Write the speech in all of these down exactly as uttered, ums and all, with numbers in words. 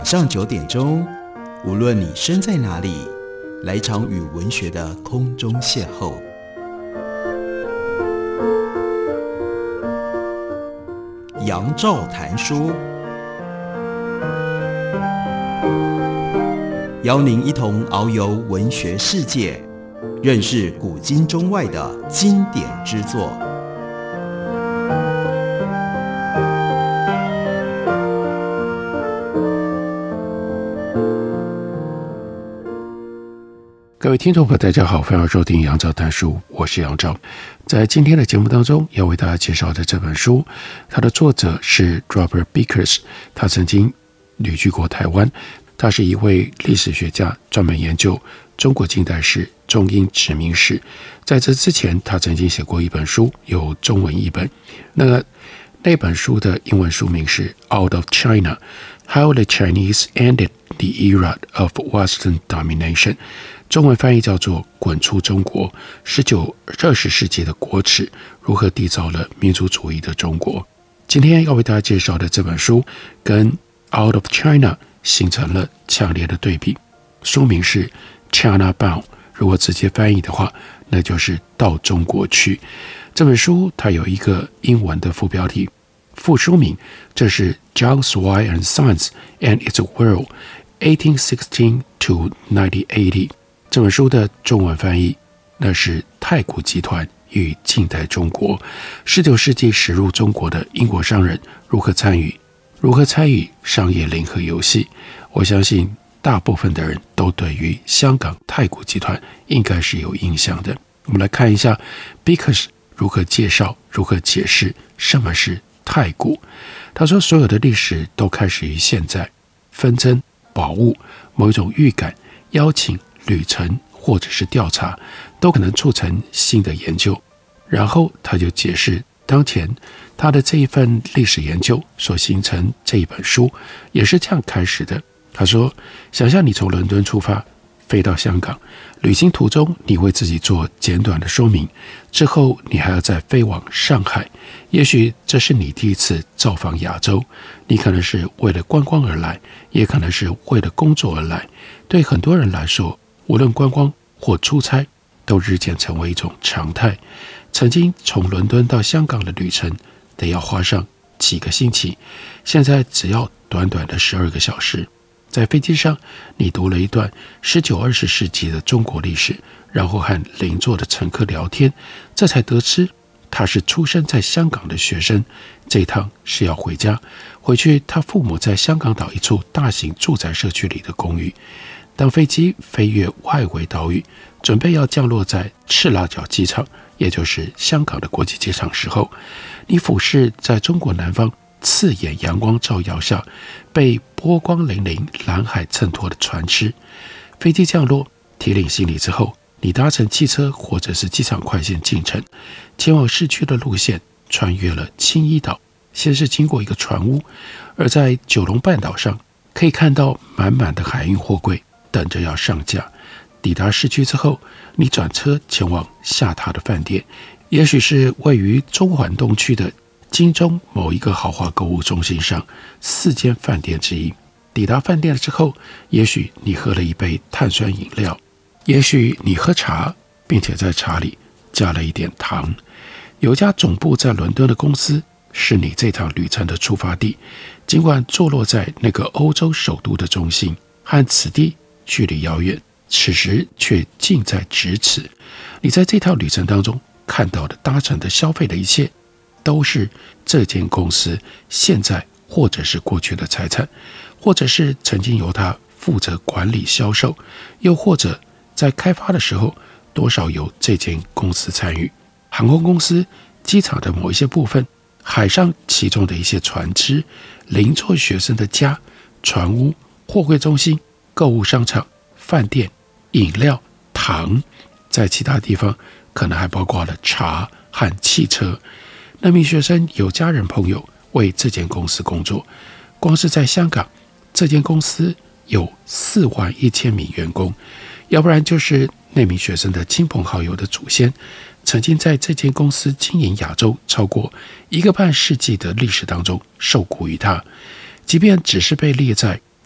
晚上九点钟，无论你身在哪里，来一场与文学的空中邂逅。杨照谈书，邀您一同遨游文学世界，认识古今中外的经典之作。 各位听众朋友大家好，欢迎收听杨照谈书，我是杨照。在今天的节目当中要为大家介绍的这本书，它的作者是 Robert Bickers， 他曾经旅居过台湾，他是一位历史学家，专门研究中国近代史、中英殖民史。在这之前他曾经写过一本书，有中文译本。那个那本书的英文书名是 Out of China How the Chinese Ended the Era of Western Domination，中文翻译叫做滚出中国，十九、二十世纪的国耻如何缔造了民族主义的中国。今天要为大家介绍的这本书跟 Out of China 形成了强烈的对比。书名是 China Bound， 如果直接翻译的话，那就是到中国去。这本书它有一个英文的副标题，副书名这是 John Swire and Sons and Its World eighteen sixteen to nineteen eighty。这本书的中文翻译那是太古集团与近代中国，十九世纪驶入中国的英国商人如何参与如何参与商业零和游戏。我相信大部分的人都对于香港太古集团应该是有印象的。我们来看一下 Bickers 如何介绍如何解释什么是太古。他说所有的历史都开始于现在，纷争、宝物、某一种预感、邀请、旅程或者是调查都可能促成新的研究。然后他就解释当前他的这一份历史研究所形成这一本书也是这样开始的。他说想象你从伦敦出发飞到香港，旅行途中你为自己做简短的说明，之后你还要再飞往上海，也许这是你第一次造访亚洲，你可能是为了观光而来，也可能是为了工作而来。对很多人来说，无论观光或出差都日渐成为一种常态。曾经从伦敦到香港的旅程得要花上几个星期，现在只要短短的十二个小时。在飞机上你读了一段十九、二十世纪的中国历史，然后和邻座的乘客聊天，这才得知他是出生在香港的学生，这一趟是要回家，回去他父母在香港岛一处大型住宅社区里的公寓。当飞机飞越外围岛屿，准备要降落在赤腊角机场，也就是香港的国际机场时候，你俯视在中国南方刺眼阳光照耀下被波光粼粼蓝海衬托的船只。飞机降落，提领行李之后，你搭乘汽车或者是机场快线进城，前往市区的路线穿越了青衣岛，先是经过一个船坞，而在九龙半岛上可以看到满满的海运货柜等着要上架。抵达市区之后，你转车前往下榻的饭店，也许是位于中环东区的金钟某一个豪华购物中心上四间饭店之一。抵达饭店之后，也许你喝了一杯碳酸饮料，也许你喝茶，并且在茶里加了一点糖。有家总部在伦敦的公司是你这趟旅程的出发地，尽管坐落在那个欧洲首都的中心，和此地距离遥远，此时却近在咫尺。你在这趟旅程当中看到的、搭乘的、消费的一切，都是这间公司现在或者是过去的财产，或者是曾经由他负责管理销售，又或者在开发的时候多少由这间公司参与。航空公司、机场的某一些部分，海上其中的一些船只，邻座学生的家、船屋、货柜中心、购物商场、饭店、饮料、糖，在其他地方可能还包括了茶和汽车。那名学生有家人朋友为这间公司工作，光是在香港，这间公司有四万一千名员工，要不然就是那名学生的亲朋好友的祖先曾经在这间公司经营亚洲超过一个半世纪的历史当中受雇于他。即便只是被列在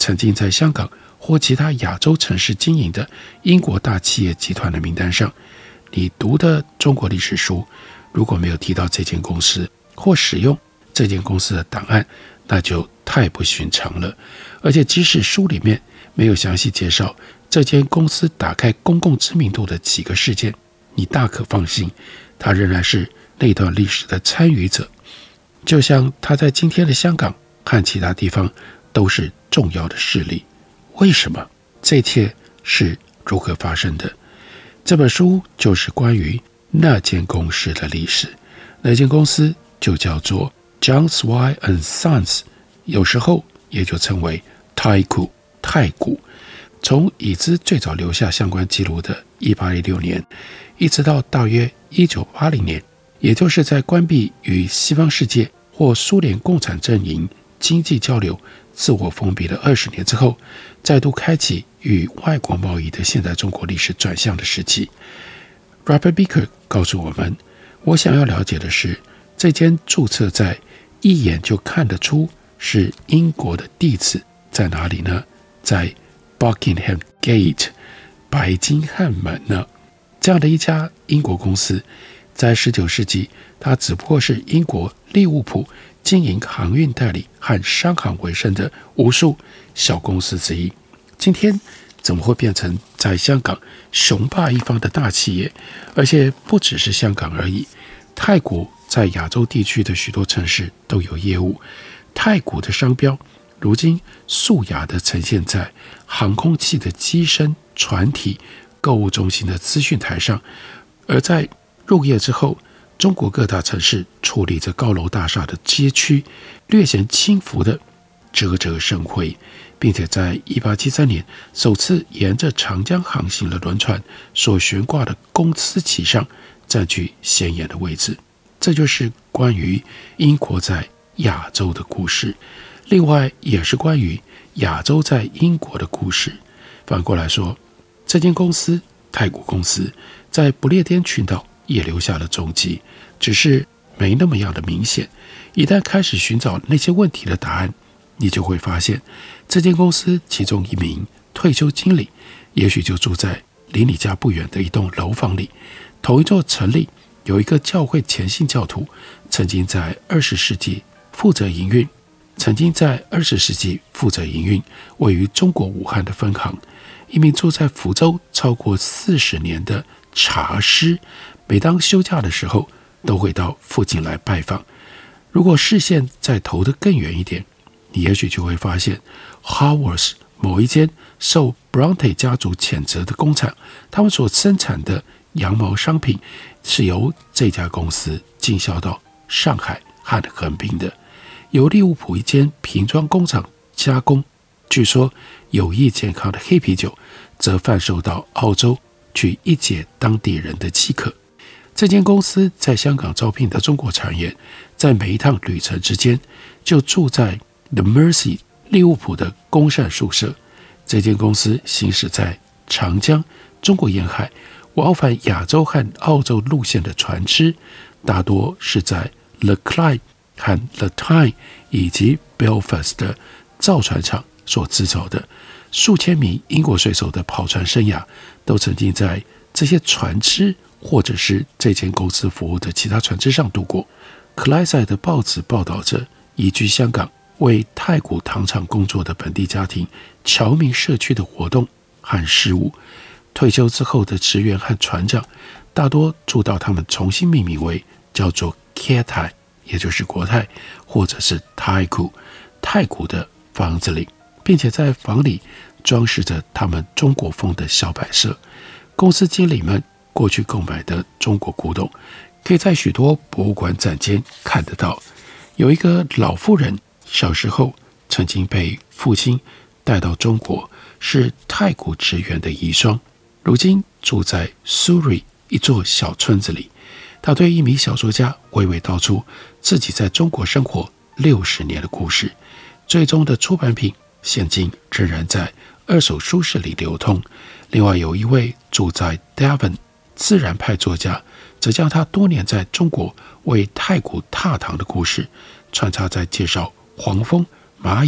曾经在香港或其他亚洲城市经营的英国大企业集团的名单上。你读的中国历史书如果没有提到这间公司或使用这间公司的档案，那就太不寻常了。而且即使书里面没有详细介绍这间公司打开公共知名度的几个事件，你大可放心，他仍然是那段历史的参与者，就像他在今天的香港和其他地方都是重要的势力。为什么？这一切是如何发生的？这本书就是关于那间公司的历史。那间公司就叫做 John Swire and Sons， 有时候也就称为太古太古。从已知最早留下相关记录的一八一六年，一直到大约一九八零年，也就是在关闭与西方世界或苏联共产阵营经济交流自我封闭了二十年之后，再度开启与外国贸易的现代中国历史转向的时期。 Robert Beaker 告诉我们，我想要了解的是，这间注册在一眼就看得出是英国的地址在哪里呢？在 Buckingham Gate， 白金汉门呢？这样的一家英国公司，在十九世纪它只不过是英国利物浦经营航运代理和商行为生的无数小公司之一。今天怎么会变成在香港雄霸一方的大企业？而且不只是香港而已，太古在亚洲地区的许多城市都有业务。太古的商标如今素雅地呈现在航空器的机身、船体、购物中心的资讯台上。而在入夜之后，中国各大城市矗立着高楼大厦的街区，略显轻浮的啧啧生辉，并且在一八七三年首次沿着长江航行的轮船所悬挂的公司旗上占据显眼的位置。这就是关于英国在亚洲的故事，另外也是关于亚洲在英国的故事。反过来说，这间公司太古公司在不列颠群岛也留下了踪迹，只是没那么样的明显。一旦开始寻找那些问题的答案，你就会发现这间公司其中一名退休经理也许就住在离你家不远的一栋楼房里。同一座城里有一个教会前信教徒，曾经在二十世纪负责营运曾经在二十世纪负责营运位于中国武汉的分行。一名住在福州超过四十年的茶师，每当休假的时候都会到附近来拜访。如果视线再投得更远一点，你也许就会发现 Haworth 某一间受 Bronte 家族谴责的工厂，他们所生产的羊毛商品是由这家公司经销到上海和横滨的。由利物浦一间瓶装工厂加工，据说有益健康的黑啤酒则贩售到澳洲去一解当地人的饥渴。这间公司在香港招聘的中国产业，在每一趟旅程之间就住在 The Mersey 利物浦的工膳宿舍。这间公司行驶在长江、中国沿海往返亚洲和澳洲路线的船只，大多是在 The Clyde 和 The Tyne 以及 Belfast 的造船厂所制造的。数千名英国水手的跑船生涯都曾经在这些船只或者是这间公司服务的其他船只上度过。克莱塞的报纸报道着移居香港为太古糖厂工作的本地家庭侨民社区的活动和事务。退休之后的职员和船长大多住到他们重新命名为叫做 Ketai， 也就是国泰或者是太古太古的房子里，并且在房里装饰着他们中国风的小摆设。公司经理们过去购买的中国古董可以在许多博物馆展间看得到。有一个老妇人小时候曾经被父亲带到中国，是太古职员的遗孀，如今住在 Surrey 一座小村子里。他对一名小说家娓娓道出自己在中国生活六十年的故事。最终的出版品现今仍然在二手书市里流通。另外有一位住在 Devon 自然派作家，则将他多年在中国为太古踏糖的故事穿插在介绍黄蜂、蚂蚁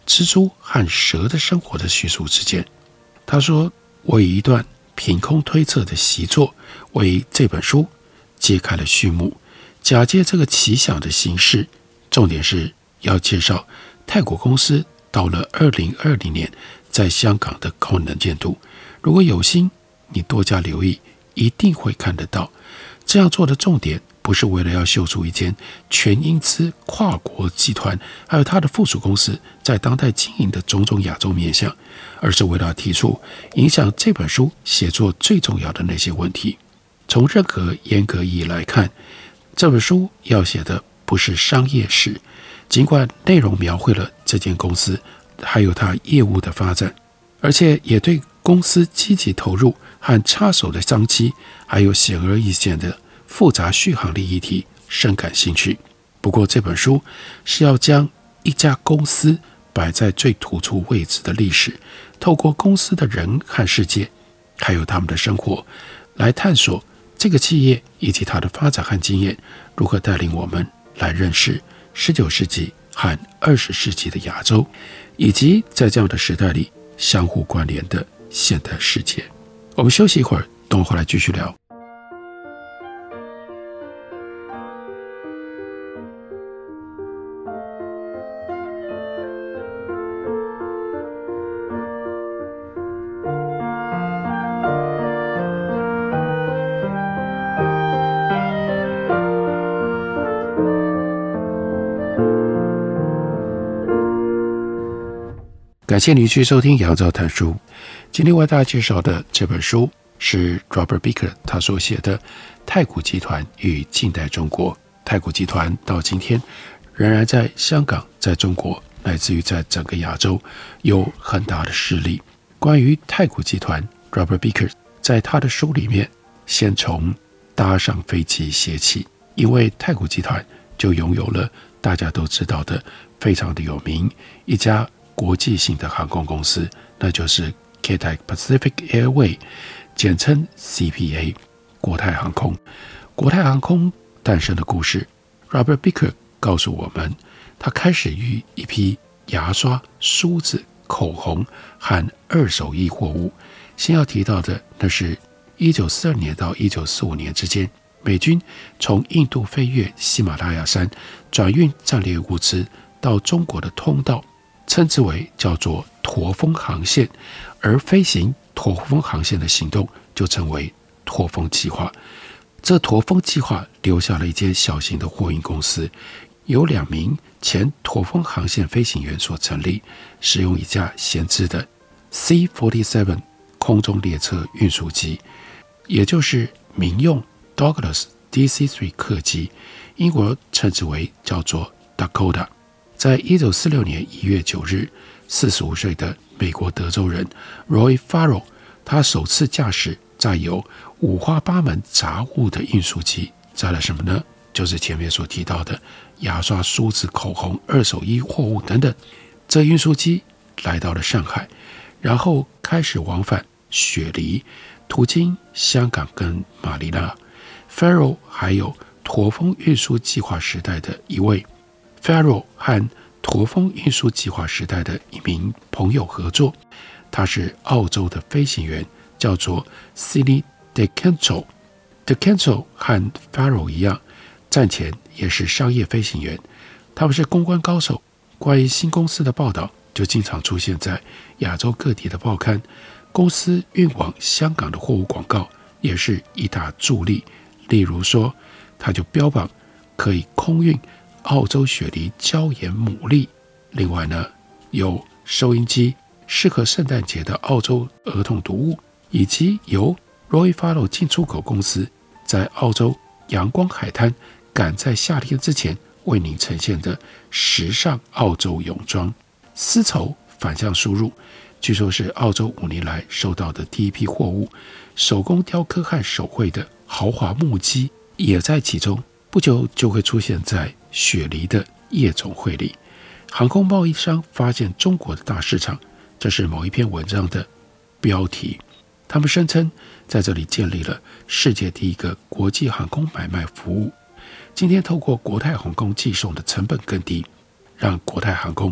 蜘蛛和蛇的生活的叙述之间。他说，我以一段凭空推测的习作为这本书揭开了序幕，假借这个奇想的形式，重点是要介绍太古公司到了二零二零年在香港的高能见度。如果有心，你多加留意，一定会看得到。这样做的重点不是为了要秀出一间全英资跨国集团还有它的附属公司在当代经营的种种亚洲面向，而是为了提出影响这本书写作最重要的那些问题。从任何严格意义来看，这本书要写的不是商业史，尽管内容描绘了这间公司还有它业务的发展，而且也对公司积极投入和插手的商机还有显而易见的复杂续航力议题深感兴趣。不过这本书是要将一家公司摆在最突出位置的历史，透过公司的人和世界还有他们的生活来探索这个企业以及它的发展和经验如何带领我们来认识十九世纪和二十世纪的亚洲，以及在这样的时代里相互关联的现代世界。我们休息一会儿，等我回来继续聊。感谢你继续收听杨照谈书。今天为大家介绍的这本书是 Robert Beeker 他所写的《太古集团与近代中国》。太古集团到今天仍然在香港、在中国乃至于在整个亚洲有很大的势力。关于太古集团， Robert Beeker 在他的书里面先从搭上飞机写起，因为太古集团就拥有了大家都知道的非常的有名一家国际性的航空公司，那就是 Cathay Pacific Airway， 简称 C P A， 国泰航空。国泰航空诞生的故事， Robert Beeker 告诉我们，他开始于一批牙刷、梳子、口红和二手衣货物。先要提到的，那是一九四二年到一九四五年之间，美军从印度飞越喜马拉雅山，转运战略物资到中国的通道，称之为叫做驼峰航线，而飞行驼峰航线的行动就称为驼峰计划。这驼峰计划留下了一间小型的货运公司，由两名前驼峰航线飞行员所成立，使用一架闲置的 C 四十七 空中列车运输机，也就是民用 Douglas D C 三 客机，英国称之为叫做 Dakota。在一九四六年一月九日，四十五岁的美国德州人 Roy Farrow， 他首次驾驶载有五花八门杂物的运输机，载了什么呢？就是前面所提到的牙刷、梳子、口红、二手衣货物等等。这运输机来到了上海，然后开始往返雪梨，途经香港跟马尼拉。Farrow 还有驼峰运输计划时代的一位Farrow 和驼峰运输计划时代的一名朋友合作，他是澳洲的飞行员，叫做 Sidney DeCanto。DeCanto 和 Farrow 一样，战前也是商业飞行员，他们是公关高手。关于新公司的报道就经常出现在亚洲各地的报刊，公司运往香港的货物广告也是一大助力。例如说，他就标榜可以空运澳洲雪梨椒盐牡蛎，另外呢，有收音机适合圣诞节的澳洲儿童读物，以及由 Roy Farrow 进出口公司在澳洲阳光海滩赶在夏天之前为您呈现的时尚澳洲泳装。丝绸反向输入，据说是澳洲五年来收到的第一批货物。手工雕刻和手绘的豪华木屐也在其中，不久就会出现在雪梨的夜总会里。航空贸易商发现中国的大市场，这是某一篇文章的标题。他们声称在这里建立了世界第一个国际航空买卖服务。今天透过国泰航空寄送的成本更低，让国泰航空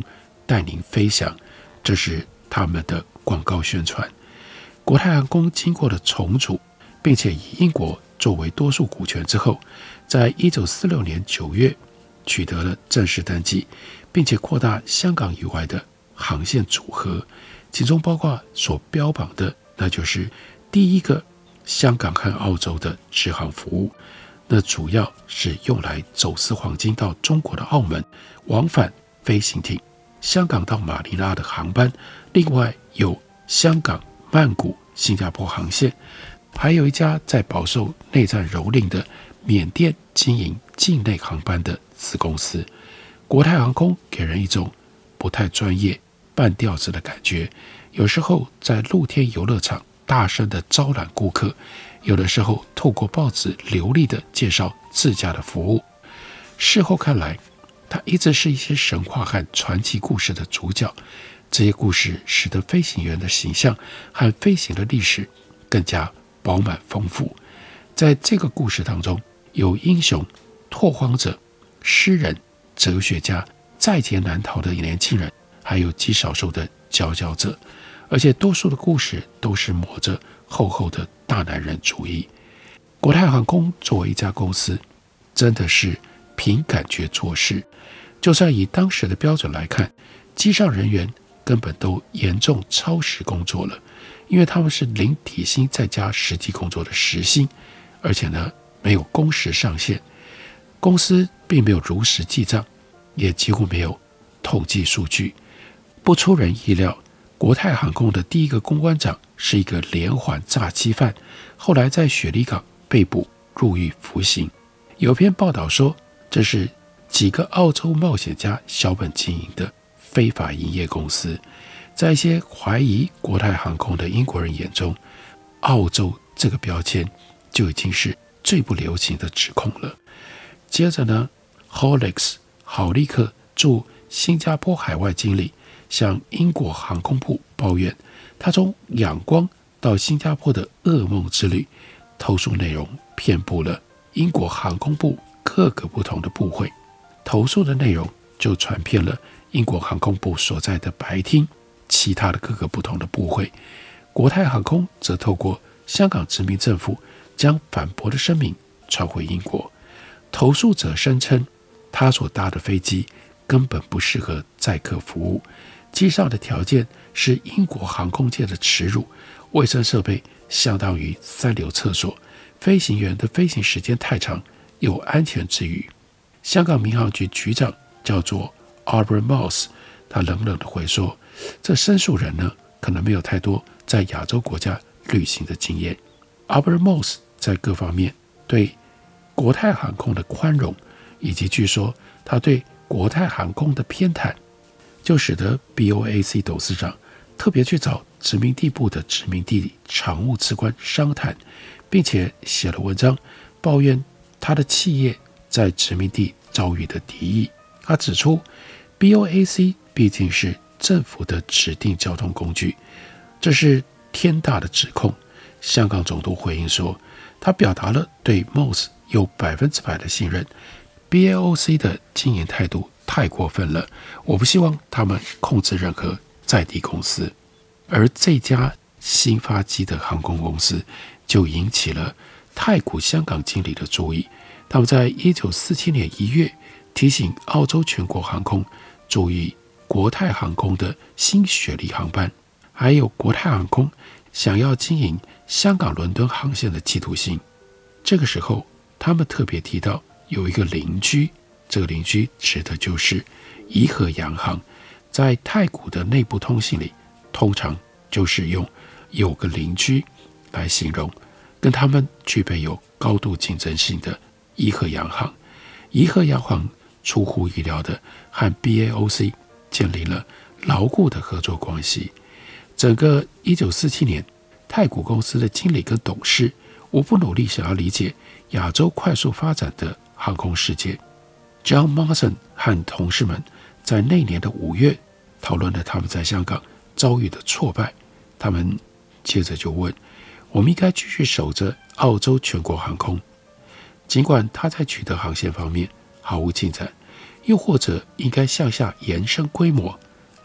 带您飞翔，这是他们的广告宣传。国泰航空经过了重组，并且以英国作为多数股权之后，在一九四六年九月取得了正式登记，并且扩大香港以外的航线组合，其中包括所标榜的，那就是第一个香港和澳洲的直航服务，那主要是用来走私黄金到中国的澳门往返飞行艇，香港到马尼拉的航班，另外有香港、曼谷、新加坡航线，还有一家在饱受内战蹂躏的缅甸经营境内航班的子公司。国泰航空给人一种不太专业、半吊子的感觉，有时候在露天游乐场大声的招揽顾客，有的时候透过报纸流利的介绍自家的服务。事后看来，它一直是一些神话和传奇故事的主角，这些故事使得飞行员的形象和飞行的历史更加饱满丰富。在这个故事当中，有英雄、拓荒者、诗人、哲学家、在劫难逃的年轻人，还有极少数的佼佼者，而且多数的故事都是抹着厚厚的大男人主义。国泰航空作为一家公司，真的是凭感觉做事。就算以当时的标准来看，机上人员根本都严重超时工作了，因为他们是零底薪再加实际工作的时薪，而且呢没有工时上限，公司并没有如实记账，也几乎没有统计数据。不出人意料，国泰航空的第一个公关长是一个连环诈欺犯，后来在雪梨港被捕入狱服刑。有篇报道说，这是几个澳洲冒险家小本经营的非法营业公司。在一些怀疑国泰航空的英国人眼中，澳洲这个标签就已经是最不留情的指控了。接着呢 Holix 郝利克驻新加坡海外经理向英国航空部抱怨他从仰光到新加坡的噩梦之旅，投诉内容遍布了英国航空部各个不同的部会，投诉的内容就传遍了英国航空部所在的白厅其他的各个不同的部会。国泰航空则透过香港殖民政府将反驳的声明传回英国。投诉者声称他所搭的飞机根本不适合载客服务，机上的条件是英国航空界的耻辱，卫生设备相当于三流厕所，飞行员的飞行时间太长，有安全之虞。香港民航局局长叫做 Albert Moss， 他冷冷地回说，这申诉人呢可能没有太多在亚洲国家旅行的经验。 Albert Moss 在各方面对国泰航空的宽容，以及据说他对国泰航空的偏袒，就使得 B O A C 董事长特别去找殖民地部的殖民地常务次官商谈，并且写了文章抱怨他的企业在殖民地遭遇的敌意。他指出 B O A C 毕竟是政府的指定交通工具，这是天大的指控。香港总督回应说，他表达了对 Moss 有百分之百的信任， B A O C 的经营态度太过分了，我不希望他们控制任何在地公司。而这家新发机的航空公司就引起了太古香港经理的注意，他们在一九四七年一月提醒澳洲全国航空注意国泰航空的新雪梨航班，还有国泰航空想要经营香港伦敦航线的企图心。这个时候他们特别提到有一个邻居，这个邻居指的就是怡和洋行。在太古的内部通信里，通常就是用有个邻居来形容跟他们具备有高度竞争性的怡和洋行。怡和洋行出乎意料的和 B A O C 建立了牢固的合作关系。整个一九四七年，太古公司的经理跟董事无不努力想要理解亚洲快速发展的航空世界。 John Marston 和同事们在那年的五月讨论了他们在香港遭遇的挫败。他们接着就问，我们应该继续守着澳洲全国航空，尽管它在取得航线方面毫无进展，又或者应该向下延伸规模，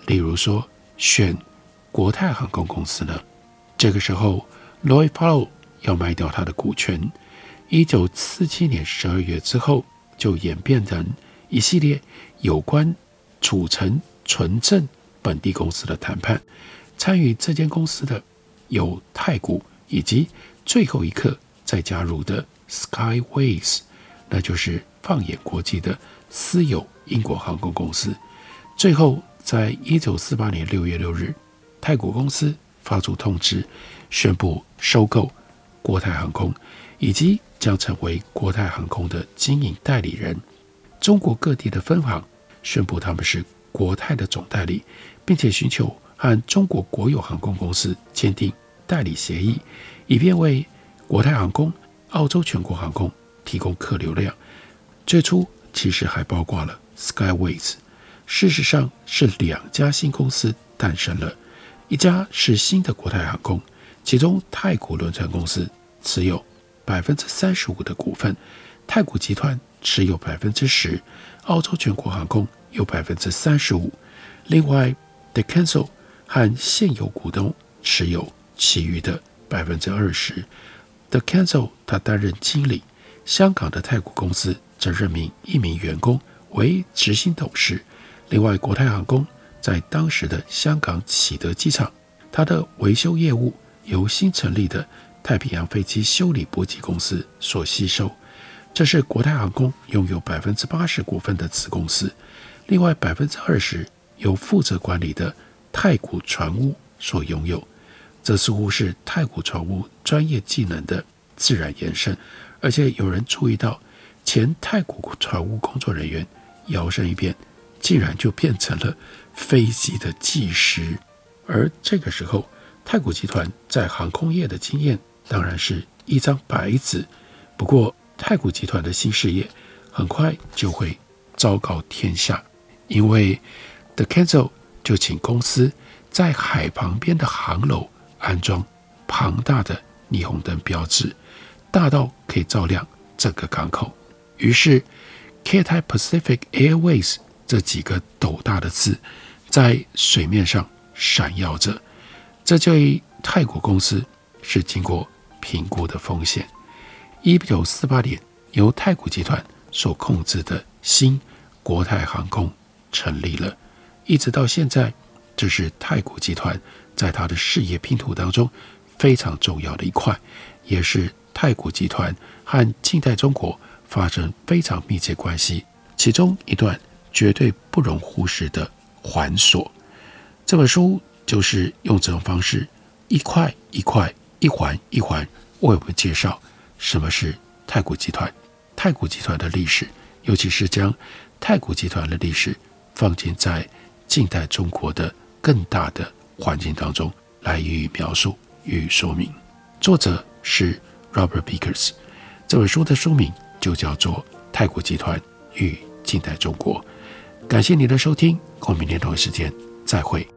例如说选国泰航空公司呢？这个时候 Lloyd Farlow 要卖掉他的股权。一九四七年十二月之后，就演变成一系列有关组成纯正本地公司的谈判。参与这间公司的有太古，以及最后一刻再加入的 Skyways， 那就是放眼国际的私有英国航空公司。最后在一九四八年六月六日，太古公司发出通知，宣布收购国泰航空，以及将成为国泰航空的经营代理人。中国各地的分行宣布他们是国泰的总代理，并且寻求和中国国有航空公司签订代理协议，以便为国泰航空、澳洲全国航空提供客流量。最初其实还包括了 Skyways。 事实上是两家新公司诞生了，一家是新的国泰航空，其中太古轮船公司持有 百分之三十五 的股份，太古集团持有 百分之十， 澳洲全国航空有 百分之三十五， 另外 DeCancel 和现有股东持有其余的 百分之二十。 DeCancel 他担任经理，香港的太古公司则任命一名员工为执行董事。另外国泰航空在当时的香港启德机场，它的维修业务由新成立的太平洋飞机修理搏击公司所吸收，这是国泰航空拥有 百分之八十 股份的子公司。另外 百分之二十 由负责管理的太古船务所拥有，这似乎是太古船务专业技能的自然延伸。而且有人注意到，前太古船务工作人员摇身一变，竟然就变成了飞机的技师。而这个时候太古集团在航空业的经验当然是一张白纸，不过太古集团的新事业很快就会昭告天下，因为 DeCancel 就请公司在海旁边的航楼安装庞大的霓虹灯标志，大到可以照亮整个港口。于是 Cathay Pacific Airways 这几个斗大的字在水面上闪耀着。这对太古公司是经过评估的风险。一九四八年由太古集团所控制的新国泰航空成立了，一直到现在，这是太古集团在它的事业拼图当中非常重要的一块，也是太古集团和近代中国发生非常密切关系其中一段绝对不容忽视的环锁。这本书就是用这种方式一块一块一环一环为我们介绍什么是太古集团，太古集团的历史，尤其是将太古集团的历史放进在近代中国的更大的环境当中来予以描述予以说明。作者是 Robert Bickers， 这本书的书名就叫做《太古集团与近代中国》。感谢你的收听，我们明天同一时间再会。